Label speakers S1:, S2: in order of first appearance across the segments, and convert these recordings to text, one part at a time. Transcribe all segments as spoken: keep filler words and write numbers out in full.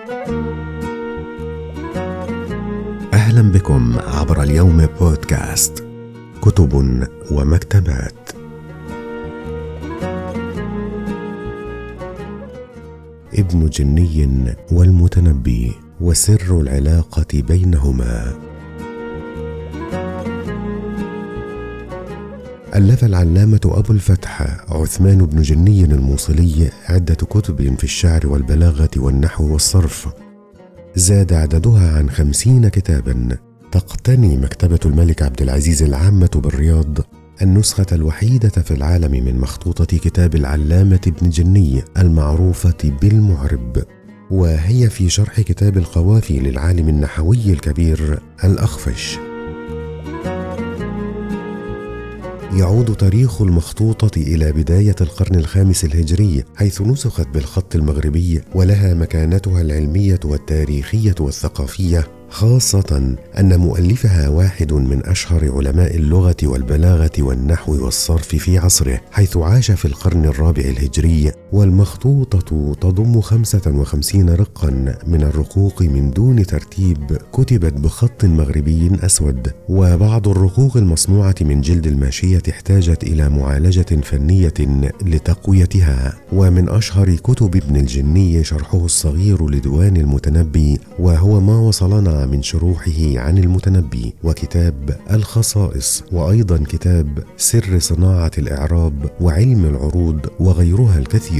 S1: أهلا بكم عبر اليوم بودكاست كتب ومكتبات. ابن جني والمتنبي وسر العلاقة بينهما. ألف العلامة أبو الفتح عثمان بن جني الموصلي عدة كتب في الشعر والبلاغة والنحو والصرف، زاد عددها عن خمسين كتابا. تقتني مكتبة الملك عبد العزيز العامة بالرياض النسخة الوحيدة في العالم من مخطوطة كتاب العلامة ابن جني المعروفة بالمعرب، وهي في شرح كتاب القوافي للعالم النحوي الكبير الأخفش. يعود تاريخ المخطوطة إلى بداية القرن الخامس الهجري، حيث نسخت بالخط المغربي، ولها مكانتها العلمية والتاريخية والثقافية، خاصة أن مؤلفها واحد من أشهر علماء اللغة والبلاغة والنحو والصرف في عصره، حيث عاش في القرن الرابع الهجري. والمخطوطة تضم خمسة وخمسين رقا من الرقوق من دون ترتيب، كتبت بخط مغربي أسود، وبعض الرقوق المصنوعة من جلد الماشية احتاجت إلى معالجة فنية لتقويتها. ومن أشهر كتب ابن الجني شرحه الصغير لديوان المتنبي، وهو ما وصلنا من شروحه عن المتنبي، وكتاب الخصائص، وأيضا كتاب سر صناعة الإعراب وعلم العروض، وغيرها الكثير.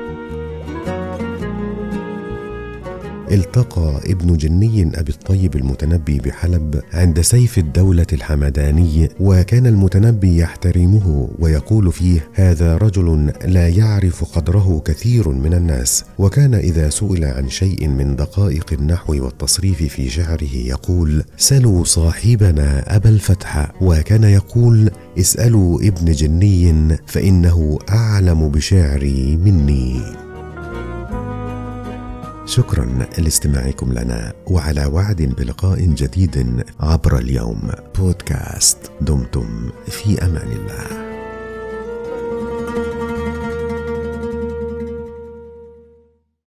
S1: التقى ابن جني أبي الطيب المتنبي بحلب عند سيف الدولة الحمداني، وكان المتنبي يحترمه ويقول فيه: هذا رجل لا يعرف قدره كثير من الناس. وكان إذا سئل عن شيء من دقائق النحو والتصريف في شعره يقول: سلوا صاحبنا أبا الفتح. وكان يقول: اسألوا ابن جني فإنه أعلم بشعري مني. شكرا لاستماعكم لنا، وعلى وعد بلقاء جديد عبر اليوم بودكاست. دمتم في أمان الله.